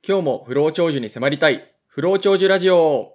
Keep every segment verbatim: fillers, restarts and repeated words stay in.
今日も不老長寿に迫りたい不老長寿ラジオ。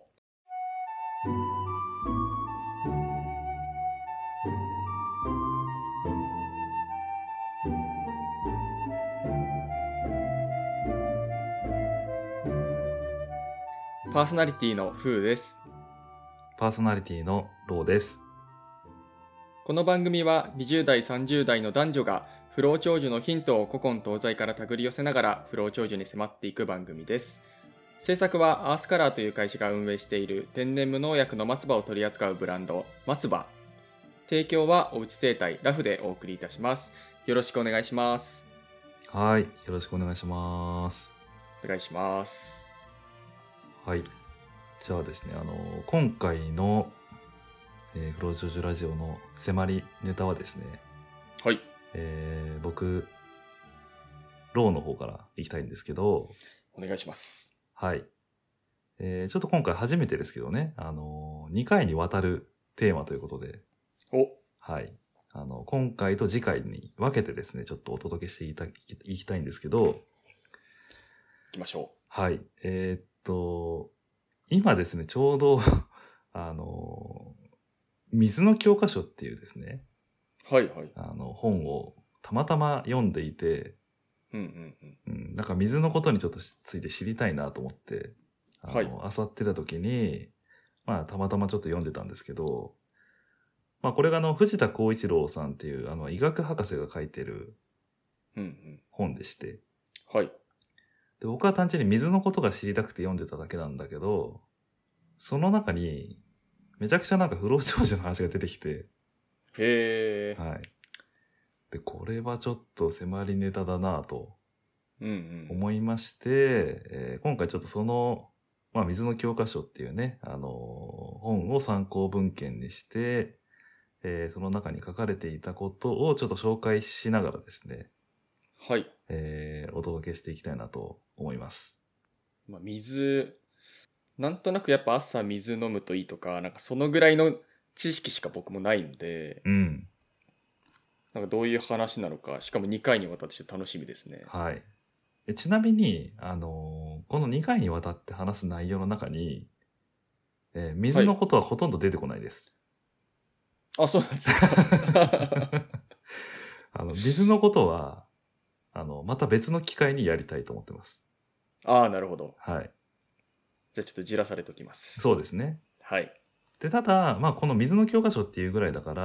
パーソナリティのフーです。 パーソナリティのローです。 この番組はにじゅう代さんじゅう代の男女が不老長寿のヒントを古今東西から手繰り寄せながら不老長寿に迫っていく番組です。制作はアースカラーという会社が運営している天然無農薬の松葉を取り扱うブランド松葉。提供はおうち生態ラフでお送りいたします。よろしくお願いします。 はい、よろしくお願いします。 お願いします。 はい、じゃあですね、あの今回の、えー、不老長寿ラジオの迫りネタはですね、 はい、 えー、僕ローの方からいきたいんですけど、 お願いします。 はい、えー、ちょっと今回初めてですけどね、あのにかいにわたるテーマということで、 お、 はい、あの今回と次回に分けてですね、ちょっとお届けしていたいきたいんですけど、 行きましょう。 はい、えー、っと今ですね、ちょうどあの水の教科書っていうですね、 はいはい。 あの本をたまたま読んでいて、 うんうんうん。 うん、なんか水のことにちょっとついて知りたいなと思って、あの、 はい。 漁ってた時に、まあたまたまちょっと読んでたんですけど、まあこれがあの藤田浩一郎さんっていうあの医学博士が書いてるうんうん。 本でして、 はい。 で僕は単純に水のことが知りたくて読んでただけなんだけど、その中にめちゃくちゃなんか不老長寿の話が出てきて、 へー。 はい。で、これはちょっと迫りネタだなぁとうんうん。 思いまして、えー今回ちょっとその、まあ、水の教科書っていうね、あのー本を参考文献にして、えーその中に書かれていたことをちょっと紹介しながらですね、 はい。 えーお届けしていきたいなと思います。 まあ、水、なんとなくやっぱ朝水飲むといいとか、なんかそのぐらいの知識しか僕もないので、 うん。 なんかどういう話なのか、しかもにかいにわたって楽しみですね。 はい。えちなみに、あのーこのにかいにわたって話す内容の中に、えー水はい。 のことはほとんど出てこないです。 あ、そうなんですか。 あの水のことは、あの、また別の機会にやりたいと思ってます。 ああ、なるほど。 はい。 じゃあちょっとじらされときます。 そうですね。 はい。 で、ただ、まあ、この水の教科書っていうぐらいだから、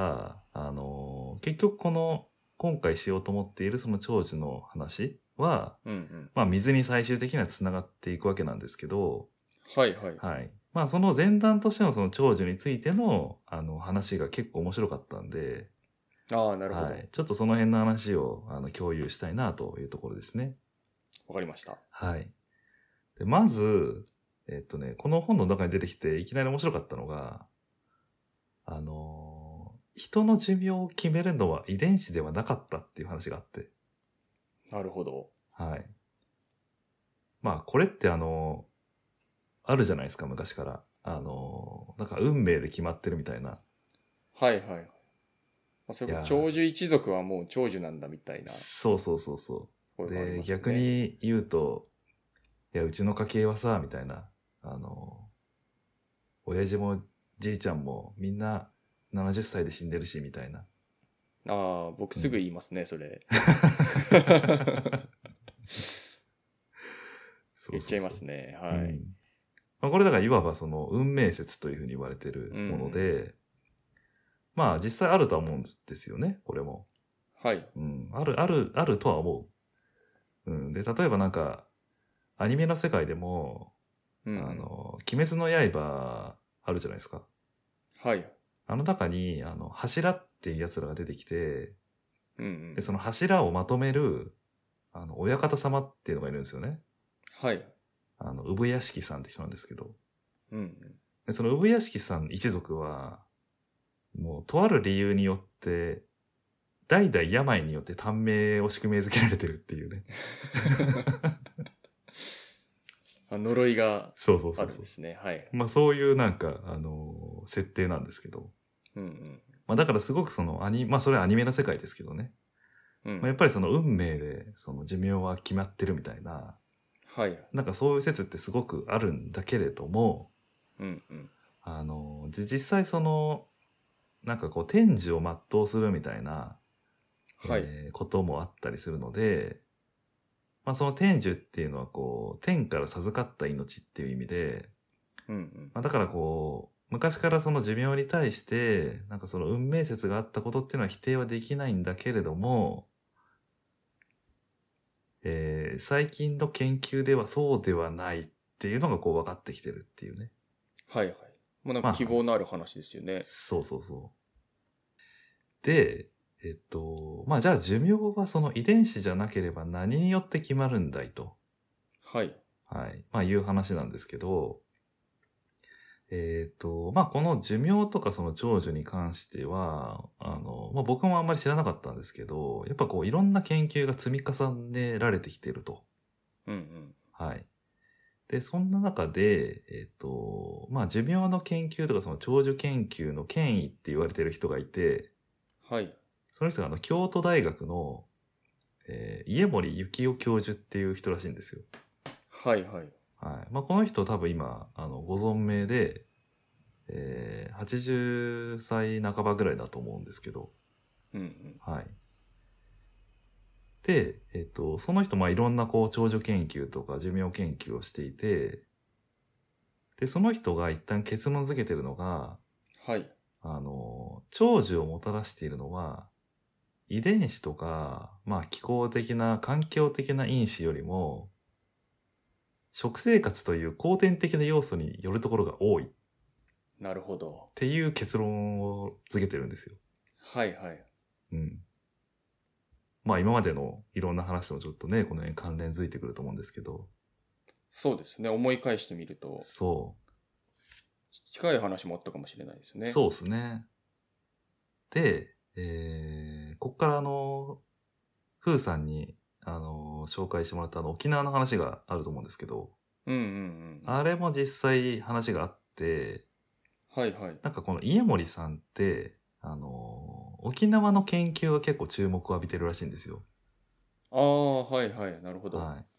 あのー結局この、今回しようと思っているその長寿の話は、 うんうん。 まあ、水に最終的にはつながっていくわけなんですけど、 はいはい。 はい。まあ、その前段としてのその長寿についての、あの、話が結構面白かったんで、 ああ、なるほど。 はい。ちょっとその辺の話を、あの、共有したいなというところですね。 わかりました。 はい。で、まず、えっとね、この本の中に出てきていきなり面白かったのが、あのー人の寿命を決めるのは遺伝子ではなかったっていう話があって。 なるほど。 はい。まあ、これってあのーあるじゃないですか、昔から。あのーなんか運命で決まってるみたいな。 はいはい。まあ、それこそいやー、 長寿一族はもう長寿なんだみたいなそうそうそうそ声う。で、 もありますよね。 逆に言うと、いや、うちの家系はさ、みたいな。あのー親父もじいちゃんもみんなななじゅっさいで死んでるし、みたいな。 ああ、僕すぐ言いますね、それ。 そう言っちゃいそうそう。 ますね。 うはい。 ん。まあ、これだからいわばその運命説というふうに言われてうん、 るもので、まあ実際あるとは思うんですよね、これも。 はい。 うん。ある、ある、あるとは思う。うん。で、例えばなんか、アニメの世界でも、 うん、うあん。 の、鬼滅の刃あるじゃないですか。 はい。 あの中に、あの、柱っていう奴らが出てきて、 うん、うで、 ん。 その柱をまとめる、あの、親方様っていうのがいるんですよね。 はい。 あの、産屋敷さんって人なんですけど。 うん、うん。 で、その産屋敷さん一族は、もう、とある理由によって、代々病によって短命を宿命づけられてるっていうね。 あ、呪いがそうそうあそうそう。 るんですね。はい。 まあそういうなんか、あのー設定なんですけど。 うん、うん。 まあだからすごくそのアニ、まあそれはアニメの世界ですけどね。 うん。 まあやっぱりその運命でその寿命は決まってるみたいな、 はい。 なんかそういう説ってすごくあるんだけれども、 うんうん。 あの、で、実際その、なんかこう天寿を全うするみたいな、 はい。 えーこともあったりするので、まあその天寿っていうのはこう、天から授かった命っていう意味で、 うんうん。 まあ、だからこう、昔からその寿命に対して、なんかその運命説があったことっていうのは否定はできないんだけれども、えー最近の研究ではそうではないっていうのがこう分かってきてるっていうね。 はいはい。もうなんかまあ話。 希望のある話ですよね。 そうそうそう。で、えっと、まあじゃあ寿命はその遺伝子じゃなければ何によって決まるんだいと。 はい。 はい。まあいう話なんですけど、えっと、まあこの寿命とかその長寿に関しては、あの、まあ僕もあんまり知らなかったんですけど、やっぱこういろんな研究が積み重ねられてきてると。 うんうん。 はい。で、そんな中で、えっと、まあ寿命の研究とかその長寿研究の権威って言われてる人がいて、 はい。 その人があの京都大学の、えー家森幸雄教授っていう人らしいんですよ。 はいはい。 はい。まあこの人多分今、あの、ご存命で、えー、はちじゅっさい半ばぐらいだと思うんですけど、 うんうん。 はい。で、えっと、その人、まあ、いろんなこう、長寿研究とか寿命研究をしていて、で、その人が一旦結論付けてるのが、 はい。 あの、長寿をもたらしているのは、遺伝子とか、まあ、気候的な、環境的な因子よりも、食生活という後天的な要素によるところが多いっなるほど。 ていう結論を付けてるんですよ。 はいはい。 うん。まあ今までのいろんな話ともちょっとね、この辺関連づいてくると思うんですけど、 そうですね。思い返してみると、 そう。 近い話もあったかもしれないですね。 そうですね。で、えー、こっからあの、ふーさんに、あの、紹介してもらったあの、沖縄の話があると思うんですけど、 うんうんうんうん。 あれも実際話があって、 はいはい。 なんかこの家森さんって、あの、沖縄の研究が結構注目を浴びてるらしいんですよ。 ああ、はいはい。なるほど。 はい。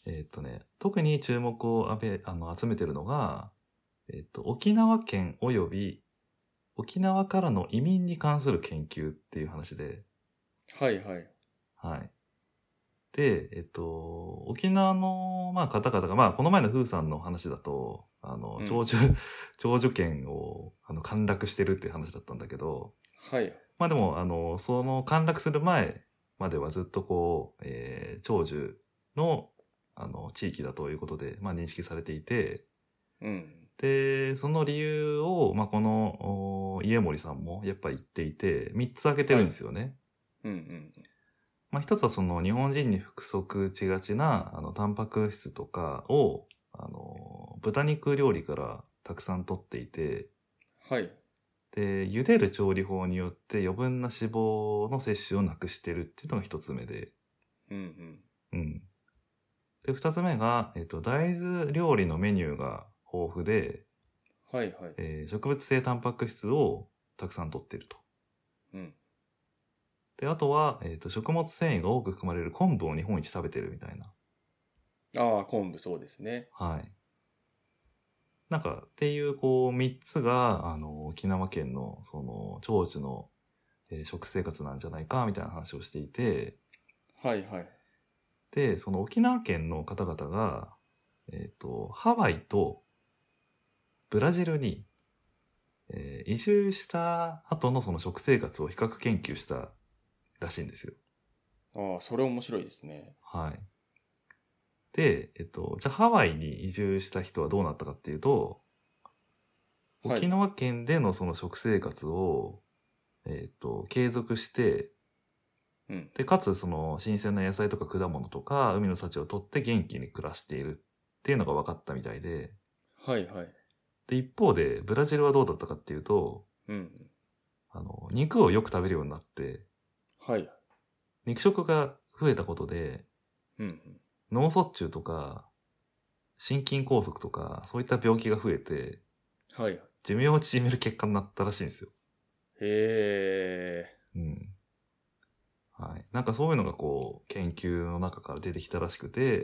えーっとね、特に注目を浴び、あの、集めてるのが、えーっと、沖縄県及び沖縄からの移民に関する研究っていう話で、 はいはい。 はい。で、えっと、沖縄の、まあ、方々が、まあ、この前の風さんの話だと、あの、 うん。 長寿、長寿権を、あの、陥落してるっていう話だったんだけど、 はい。 まあでも、あの、その陥落する前まではずっとこう、えー長寿の、あの、地域だということで、まあ認識されていて、 うん。 で、その理由を、まあこの、お家森さんもやっぱり言っていて、みっつ挙げてるんではい。 すよね。 うんうんまあ、一つはその日本人に不足しがちなあのタンパク質とかをあの豚肉料理からたくさん取っていて、 はい。 で、茹でる調理法によって余分な脂肪の摂取をなくしてるっていうのが一つ目で、 うんうん。 うん。で、二つ目が、えっと、大豆料理のメニューが豊富で、 はいはい。 えー植物性タンパク質をたくさん取っていると。 うん。 で、あとは、えっと、食物繊維が多く含まれる昆布を日本一食べてるみたいな。 ああ、昆布そうですね。 はい。なんか、っていう、こう、三つが、あの、沖縄県の、その、長寿の、えー食生活なんじゃないか、みたいな話をしていて、 はいはい。 で、その沖縄県の方々が、えっと、ハワイとブラジルに、えー移住した後のその食生活を比較研究したらしいんですよ。 ああ、それ面白いですね。 はい。で、えっと、じゃあハワイに移住した人はどうなったかっていうと、 はい。 沖縄県でのその食生活を、えっと、継続して、 うん。 で、かつその新鮮な野菜とか果物とか海の幸をとって元気に暮らしているっていうのが分かったみたいで、 はいはい。 で、一方でブラジルはどうだったかっていうと、 うん。 あの、肉をよく食べるようになって、 はい。 肉食が増えたことで、 うんうん。 脳卒中とか、心筋梗塞とか、そういった病気が増えて、 はい。 寿命を縮める結果になったらしいんですよ。 へえ。 うん。はい。なんかそういうのがこう、研究の中から出てきたらしくて、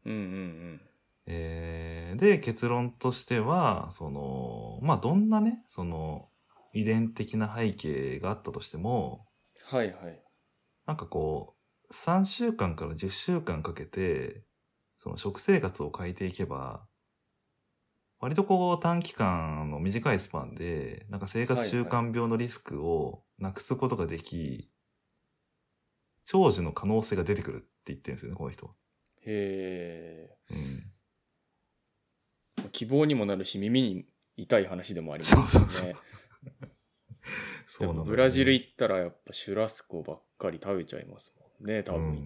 うんうんうん。 えーで、結論としては、その、まあ、どんなね、その、遺伝的な背景があったとしても、 はいはい。 なんかこう、さんしゅうかんからじゅっしゅうかんかけて、その食生活を変えていけば、割とこう短期間の短いスパンで、なんか生活習はいはい。 慣病のリスクをなくすことができ、長寿の可能性が出てくるって言ってるんですよね、この人は。 へうん。 え。希望にもなるし、耳に痛い話でもありまそうすそうそう。 よね。でそうなもブのよね。 ラジル行ったらやっぱシュラスコばっかり食べちゃいますもんね、多分。 うん。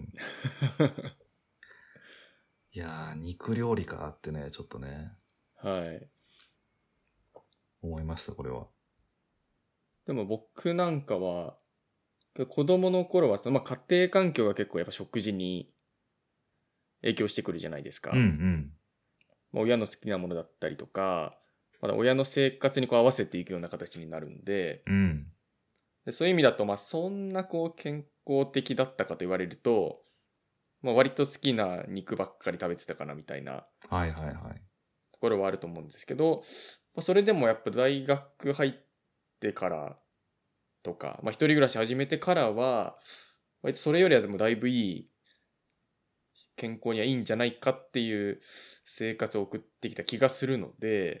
いやー、肉料理かってね、ちょっとね、 はい。 思いました、これは。 でも僕なんかは、子供の頃はその、まあ、家庭環境が結構やっぱ食事に影響してくるじゃないですうんうか。 ん。 まあ、親の好きなものだったりとか、まだ親の生活にこう合わせていくような形になるんで、 うん。 でそういう意味だと、まあ、そんなこう健康的だったかと言われると、まあ、割と好きな肉ばっかり食べてたかなみたいなはいはいはい。 ところはあると思うんですけど、まあ、それでもやっぱ大学入ってからとか、まあ、一人暮らし始めてからは、割とそれよりはでもだいぶいい、健康にはいいんじゃないかっていう生活を送ってきた気がするので、 うん。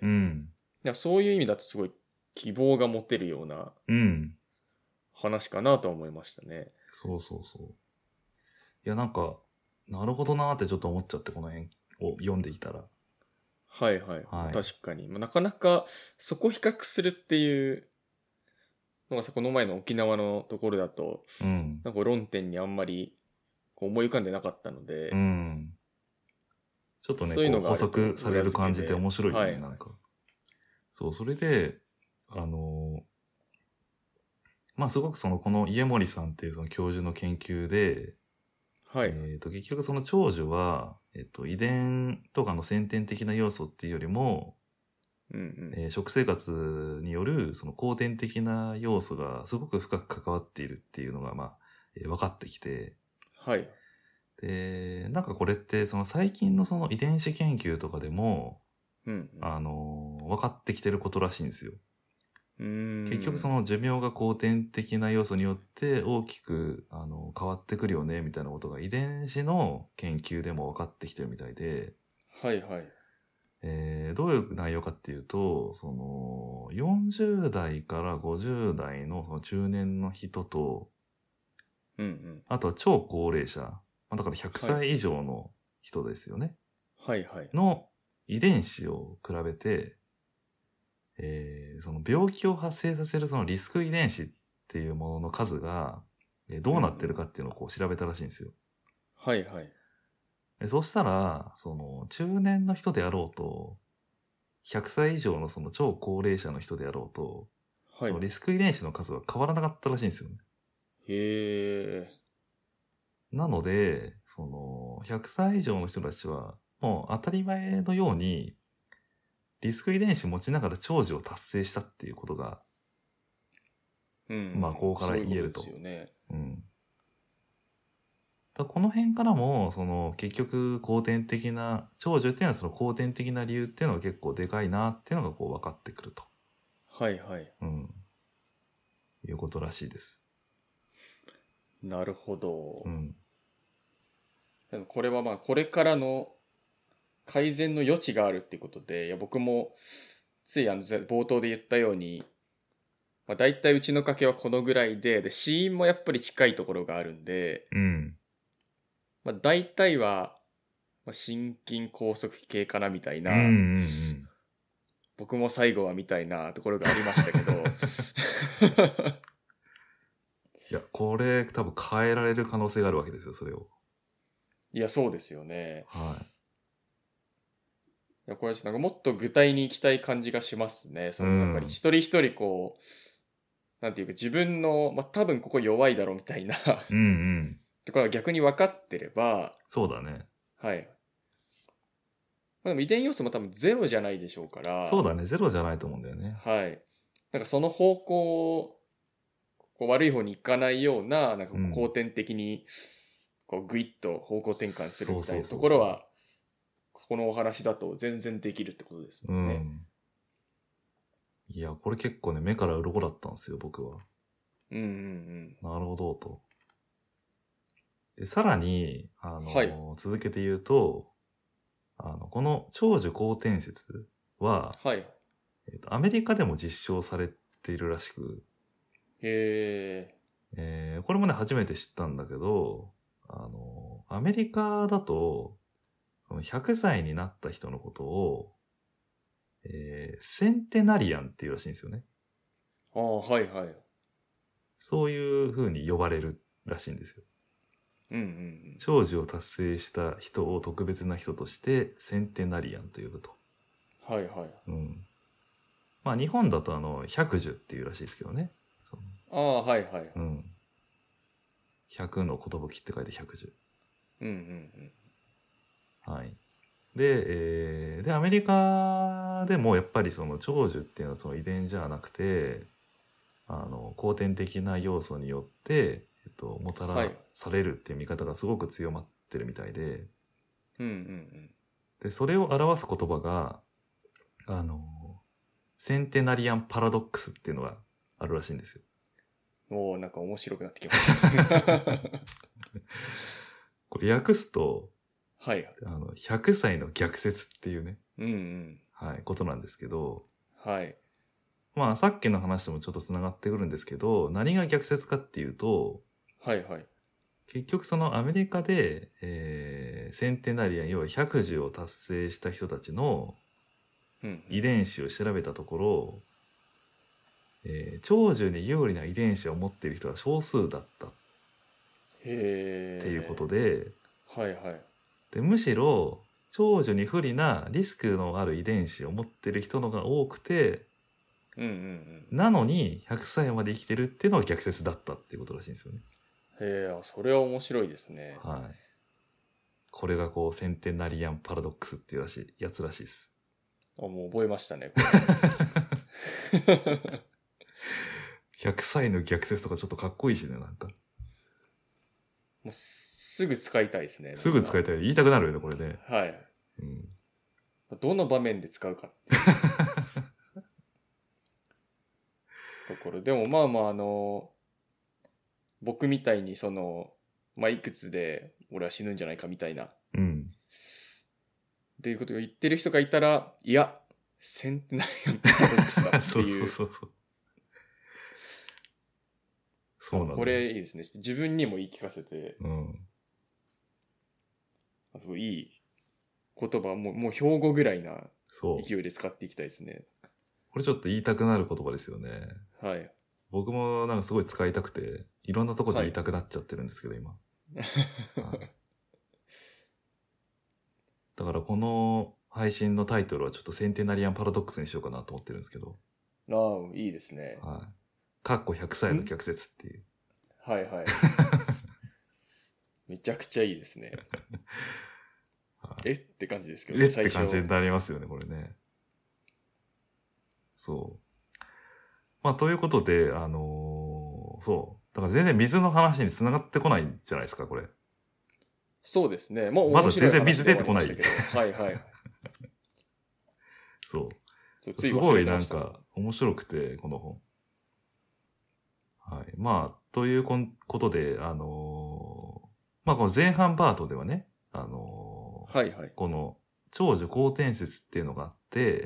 いやそういう意味だとすごい希望が持てるようなうん。 話かなと思いましたね。 そうそうそう。いや、なんか、なるほどなーってちょっと思っちゃって、この辺を読んでいたら。 はいはい。 はい。 確かに。まあなかなかそこ比較するっていうのがさ、この前の沖縄のところだと、 うん。 なんか論点にあんまりこう思い浮かんでなかったのうで、 ん。ちょっとね、 そういうこう補のがあると足され裏る感じで付けで、 面白いよね、 はいはい。 なんか。そう、それで、あのーまあすごくその、この家森さんっていうその教授の研究で、 はいはい。 えっと、結局その長寿は、えっと、遺伝とかの先天的な要素っていうよりも、 うんうん。 えー食生活によるその後天的な要素がすごく深く関わっているっていうのが、まあ、えー分かってきて、 はい。 で、なんかこれってその最近のその遺伝子研究とかでも、 うんあのー分かってきてることらしいんですよ。 うん。うー結局そん。 の寿命が後天的な要素によって大きくあの変わってくるよねみたいなことが遺伝子の研究でも分かってきてるみたいで、 はいはい。 えーどういう内容かっていうと、そのよんじゅう代からごじゅう代のその中年の人と、 うんうん。 あとは超高齢者、まあだから100 はい。 歳以上の人ですよね。 はいはい。 の遺伝子を比べて、えーその病気を発生させるそのリスク遺伝子っていうものの数が、えーどうなってるかっていうのをこう調べたらしいんですよ。 はいはい。 でそうしたら、その中年の人であろうと、ひゃくさい以上のその超高齢者の人であろうと、 はいはい。 そのリスク遺伝子の数は変わらなかったらしいんですよね。 へえ。 なので、そのひゃくさい以上の人たちは、もう当たり前のように、リスク遺伝子持ちながら長寿を達成したっていうことが、 うんうまあ、こん。 こからそういうことです言えると。 よね。 うん。だこの辺からも、その結局後天的な、長寿っていうのはその後天的な理由っていうのが結構でかいなっていうのがこう分かってくると。 はいはい。 うん。いうことらしいです。 なるほど。 うん。 でもこれはまあこれからの改善の余地があるっていうことで、いや僕もついあのぜ冒頭で言ったように、まあ、大体うちの家系はこのぐらいで、で、死因もやっぱり近いところがあるんで、 うん。 まあ、大体は、まあ、心筋梗塞系かなみたいうんうんうな、 ん。 僕も最後はみたいなところがありましたけど、 いや、これ多分変えられる可能性があるわけですよ、それを。 いや、そうですよね。 はい。 いや、これなんかもっと具体にいきたい感じがしますね。 うそのやっぱりん。 一人一人こう、なんていうか自分の、まあ、多分ここ弱いだろうみたいなうんうん。 ところが逆に分かってれば、 そうだね。 はい。まあ、でも遺伝要素も多分ゼロじゃないでしょうから、 そうだね。ゼロじゃないと思うんだよね。 はい。なんかその方向、こう悪い方に行かないような、なんかうん。 後天的に、こうグイッと方向転換するそうそうみたいなとそうそころはこのお話だと全然できるってことですもんね。 うん。いや、これ結構ね、目から鱗だったんですよ、僕は。 うんうんなるほど、と。で、さらに、あの、 はい。 続けて言うと、あの、この長寿好転説は、 はい。へえっと、アメリカでも実証されているらしく、 え。 えーこれもね、初めて知ったんだけど、あの、アメリカだと、そのひゃくさいになった人のことを、えーセンテナリアンっていうらしいんですよね。 ああ、はいはい。 そういう風に呼ばれるらしいんですよ。 うんうん長寿を達成した人を特別な人としてセンテナリアンと呼ぶと。 うん。はいはい。 うん。まあ日本だとあの百寿っていうらしいですけどね。そのああ、はいはいはい。 うん。百の寿って書いて百寿。 うんうんはい。で、えーで、アメリカでもやっぱりその長寿っていうのはその遺伝じゃなくて、あの、後天的な要素によって、えっと、もたうん。はらい。 されるっていう見方がすごく強まってるみたいで、 うんうんで、それを表す言葉が、あの、センテナリアンパラドックスっていうのがあるらしいんですよ。 うん。おお、なんか面白くなってきました。 これ訳すと、 はい。 あの、ひゃくさいの逆説っていうね、 うんうん。 はい、ことなんですけど、 はい。 まあさっきの話ともちょっとつながってくるんですけど、何が逆説かっていうと、 はいはい。 結局そのアメリカで、えーセンテナリアン、要はひゃく寿を達成した人たちのうんうん。 遺伝子を調べたところ、えー長寿に有利な遺伝子を持っている人は少数だったっへていうことえ。 で、 はいはい。 でむしろ長寿に不利なリスクのある遺伝子を持っている人のが多くて、 うんうんうん。 なのにひゃくさいまで生きてるっていうのが逆説だったっていうことらしいんですよね。 へえ、それは面白いですね。 はい。これがこうセンテナリアンパラドックスっていうらしいやつらしいです。 あ、もう覚えましたね、これ。 ひゃくさいの逆説とかちょっとかっこいいしね、なんか。 もうすぐ使いたいですね、なんか。 すぐ使いたい。言いたくなるよね、これね。 はい。 うん。 どの場面で使うかっていうところ。でもまあまあ、あの、僕みたいにその、まあ、いくつで俺は死ぬんじゃないかみたいな、っうん。 ていうことを言ってる人がいたら、いや、センテナリアンパラドックスだってそうそういう。 そうそう。そうなのよ。 これいいですね。自分にも言い聞かせて、 うん。 すごいいい言葉、もう、もう標語ぐらいなそう。 勢いで使っていきたいですね。 これちょっと言いたくなる言葉ですよね。 はい。 僕もなんかすごい使いたくて、いろんなとこではい。 言いたくなっちゃってるんですけど、今。はい、だからこの配信のタイトルはちょっとセンテナリアンパラドックスにしようかなと思ってるんですけど。 ああ、いいですね。 はい。かっこひゃくさいの逆説っていう。 はいはい。めちゃくちゃいいですね。 はい、 えって感じですけどえね、 って感じになりますよね、これね。そう。まあ、ということで、あのーそう。だから全然水の話に繋がってこないんじゃないですか、これ。 そうですね。もうまだ面白い全然水話で出てこない終わりましたけど。はいはい。 そう。 ちょついすごい忘れてました。 なんか面白くて、この本。はい。まあ、ということで、あのーまあ、この前半パートではね、あのーはいはい。 この長寿好転説っていうのがあって、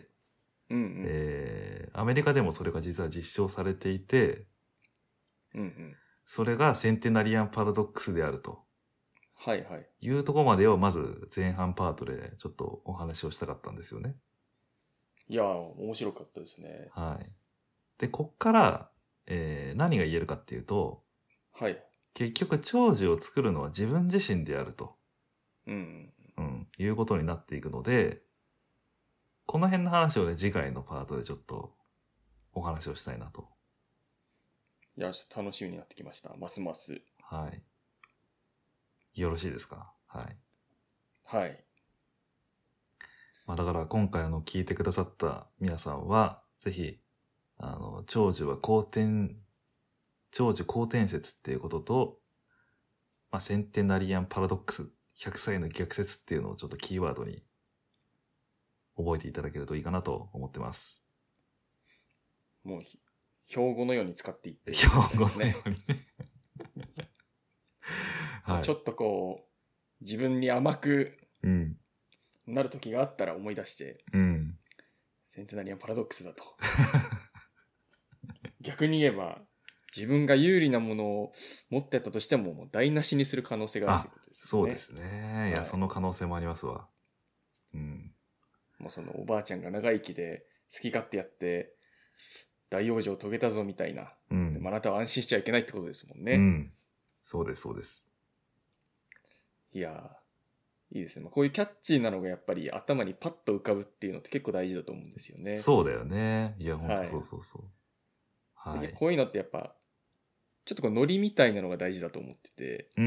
うんうん。 えーアメリカでもそれが実は実証されていて、 うんうん。 それがセンテナリアンパラドックスであるとはいはい。 いうところまでをまず前半パートでちょっとお話をしたかったんですよね。 いやー、面白かったですね。 はい。で、こっから、えー何が言えるかっていうと、 はい。 結局長寿を作るのは自分自身であると、 うんうん、いうことになっていくので、この辺の話をね、次回のパートでちょっとお話をしたいなと。 いや、ちょっと楽しみになってきました。ますます。 はい。よろしいですか？はい。 はい。 まあだから今回あの聞いてくださった皆さんは、ぜひ、あの、長寿は好転、長寿好転説っていうことと、まあセンテナリアンパラドックス、ひゃくさいの逆説っていうのをちょっとキーワードに覚えていただけるといいかなと思ってます。 もう標語のように使っていって標語のようにねはい、ちょっとこう自分に甘くなる時があったら思い出して、 うん、 センテナリアンパラドックスだと逆に言えば自分が有利なものを持ってたとしてももう台無しにする可能性があるということですね。 そうですね。いや、はい、その可能性もありますわ。うん。 もうそのおばあちゃんが長生きで好き勝手やって大往生を遂げたぞみたいな、うん、でもあなたは安心しちゃいけないってことですもんね。 うん、そうですそうです。 いやいいですね。こういうキャッチーなのがやっぱり頭にパッと浮かぶっていうのって結構大事だと思うんですよね。 そうだよね。いや本当そうそうそう。 はいはい、こういうのってやっぱちょっとこうノリみたいなのが大事だと思ってて、 うんうん、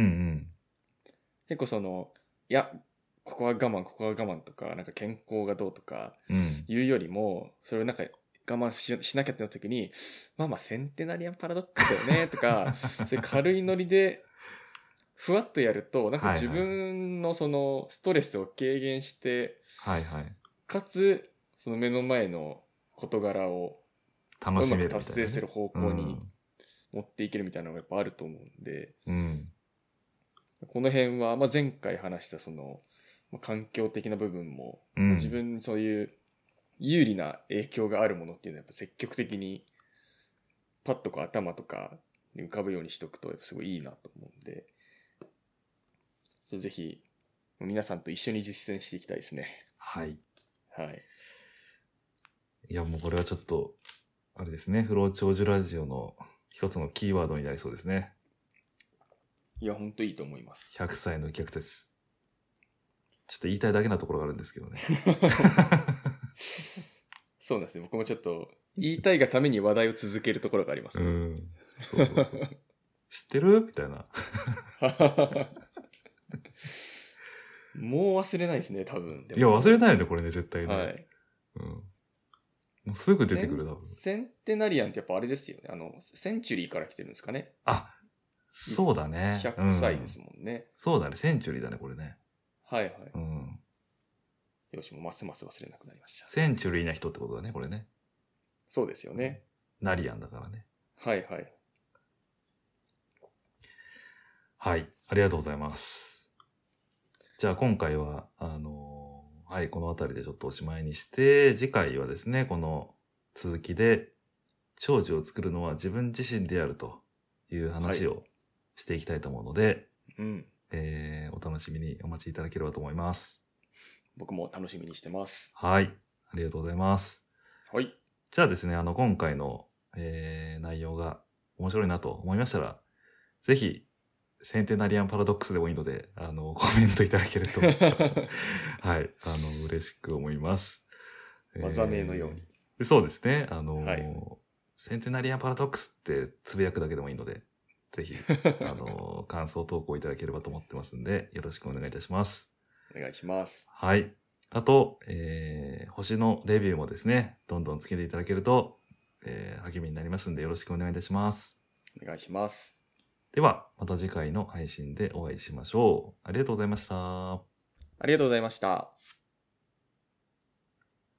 結構そのいやここは我慢ここは我慢とかなんか健康がどうとかいうよりも、うん、それをなんか我慢 し, しなきゃってなった時にまあまあセンテナリアンパラドックスだよねとかそういう軽いノリでふわっとやるとなんか自分のそのストレスを軽減して、 はいはい、 かつその目の前の事柄を楽しめるみたいな、ね、 うまく達成する方向に持っていけるみたいなのがやっぱあると思うんで、 うん、 この辺は、まあ、前回話したその、まあ、環境的な部分も、うん、自分にそういう有利な影響があるものっていうのはやっぱ積極的にパッとこう頭とかに浮かぶようにしとくとやっぱすごいいいなと思うんで、それぜひ皆さんと一緒に実践していきたいですね。 はいはい。 いやもうこれはちょっとあれですね、不老長寿ラジオの一つのキーワードになりそうですね。 いや本当いいと思います。 ひゃくさいの逆説。ちょっと言いたいだけなところがあるんですけどね。 そうなんですね。僕もちょっと言いたいがために話題を続けるところがあります、ね。 うん。そうそうそう。知ってるみたいな。 もう忘れないですね、多分。 でもいや、忘れないよね、これね、絶対ね。 はい。 うん。もうすぐ出てくる、多分。 センテナリアンってやっぱあれですよね。あの、センチュリーから来てるんですかね。 あ、そうだね。 ひゃくさいですもんね、うん。 そうだね、センチュリーだね、これね。 はいはい。 うん。 よし、もうますます忘れなくなりました。 センチュリーな人ってことだね、これね。 そうですよね。 ナリアンだからね。 はいはい。 はい、ありがとうございます。じゃあ今回は、あのー、はい、この辺りでちょっとおしまいにして、次回はですね、この続きで、長寿を作るのは自分自身であるという話をしていきたいと思うので、はい、 うんえー、お楽しみにお待ちいただければと思います。 僕も楽しみにしてます。 はい、ありがとうございます。 はい。 じゃあですね、あの、今回の、えー、内容が面白いなと思いましたら、ぜひ、センテナリアンパラドックスでもいいので、あの、コメントいただけると、はい、あの、嬉しく思います。 技名のように。 えー、そうですね、あの、 はい、 センテナリアンパラドックスってつぶやくだけでもいいので、ぜひ、あの、感想投稿いただければと思ってますんで、よろしくお願いいたします。 お願いします。 はい。あと、えー、星のレビューもですね、どんどんつけていただけると、えー、励みになりますんで、よろしくお願いいたします。 お願いします。 では、また次回の配信でお会いしましょう。ありがとうございました。 ありがとうございました。